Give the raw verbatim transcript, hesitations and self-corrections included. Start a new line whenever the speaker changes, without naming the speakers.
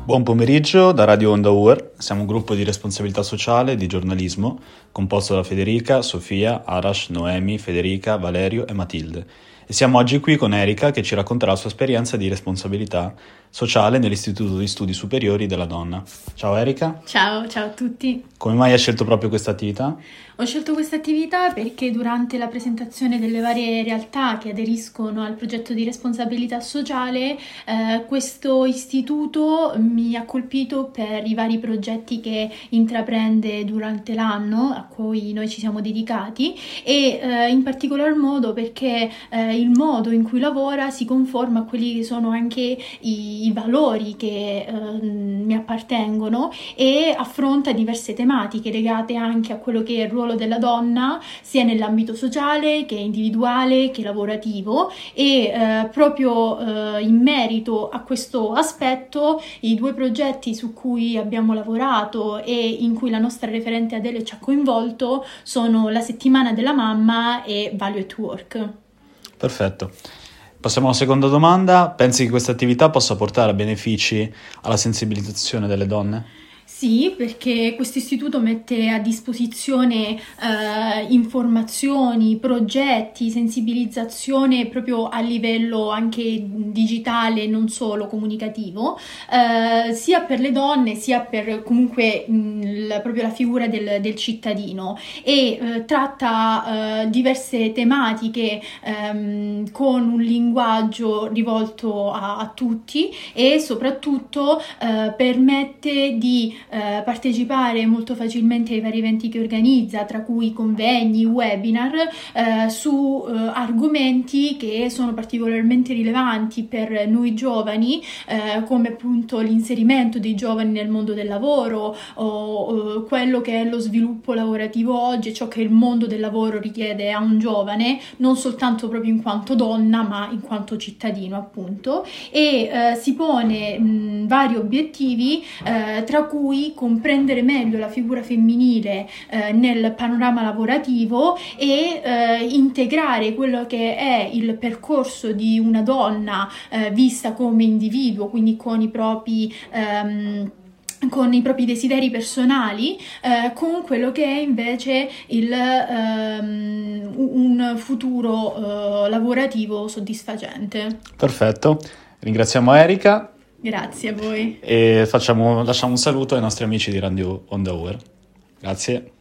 Buon pomeriggio da Radio Onda U R, siamo un gruppo di responsabilità sociale e di giornalismo composto da Federica, Sofia, Arash, Noemi, Federica, Valerio e Matilde. E siamo oggi qui con Erika che ci racconterà la sua esperienza di responsabilità sociale nell'Istituto di Studi Superiori della Donna. Ciao Erika.
Ciao, ciao a tutti.
Come mai hai scelto proprio questa attività?
Ho scelto questa attività perché durante la presentazione delle varie realtà che aderiscono al progetto di responsabilità sociale, eh, questo istituto mi ha colpito per i vari progetti che intraprende durante l'anno, a cui noi ci siamo dedicati, e eh, in particolar modo perché eh, il modo in cui lavora si conforma a quelli che sono anche i, i valori che eh, mi appartengono e affronta diverse tematiche legate anche a quello che è il ruolo della donna sia nell'ambito sociale che individuale che lavorativo e eh, proprio eh, in merito a questo aspetto i due progetti su cui abbiamo lavorato e in cui la nostra referente Adele ci ha coinvolto sono la settimana della mamma e Value at Work.
Perfetto. Passiamo alla seconda domanda. Pensi che questa attività possa portare a benefici alla sensibilizzazione delle donne?
Sì, perché questo istituto mette a disposizione eh, informazioni, progetti, sensibilizzazione proprio a livello anche digitale, non solo comunicativo, eh, sia per le donne sia per comunque mh, la, proprio la figura del, del cittadino e eh, tratta eh, diverse tematiche ehm, con un linguaggio rivolto a, a tutti e soprattutto eh, permette di Eh, partecipare molto facilmente ai vari eventi che organizza, tra cui convegni, webinar eh, su eh, argomenti che sono particolarmente rilevanti per noi giovani, eh, come appunto l'inserimento dei giovani nel mondo del lavoro o, o quello che è lo sviluppo lavorativo oggi, ciò che il mondo del lavoro richiede a un giovane, non soltanto proprio in quanto donna, ma in quanto cittadino appunto, e eh, si pone mh, vari obiettivi, eh, tra cui comprendere meglio la figura femminile eh, nel panorama lavorativo e eh, integrare quello che è il percorso di una donna eh, vista come individuo, quindi con i propri ehm, con i propri desideri personali, eh, con quello che è invece il, ehm, un futuro eh, lavorativo soddisfacente.
Perfetto, ringraziamo Erika.
Grazie a voi.
E facciamo, lasciamo un saluto ai nostri amici di Radio Onda U R. Grazie.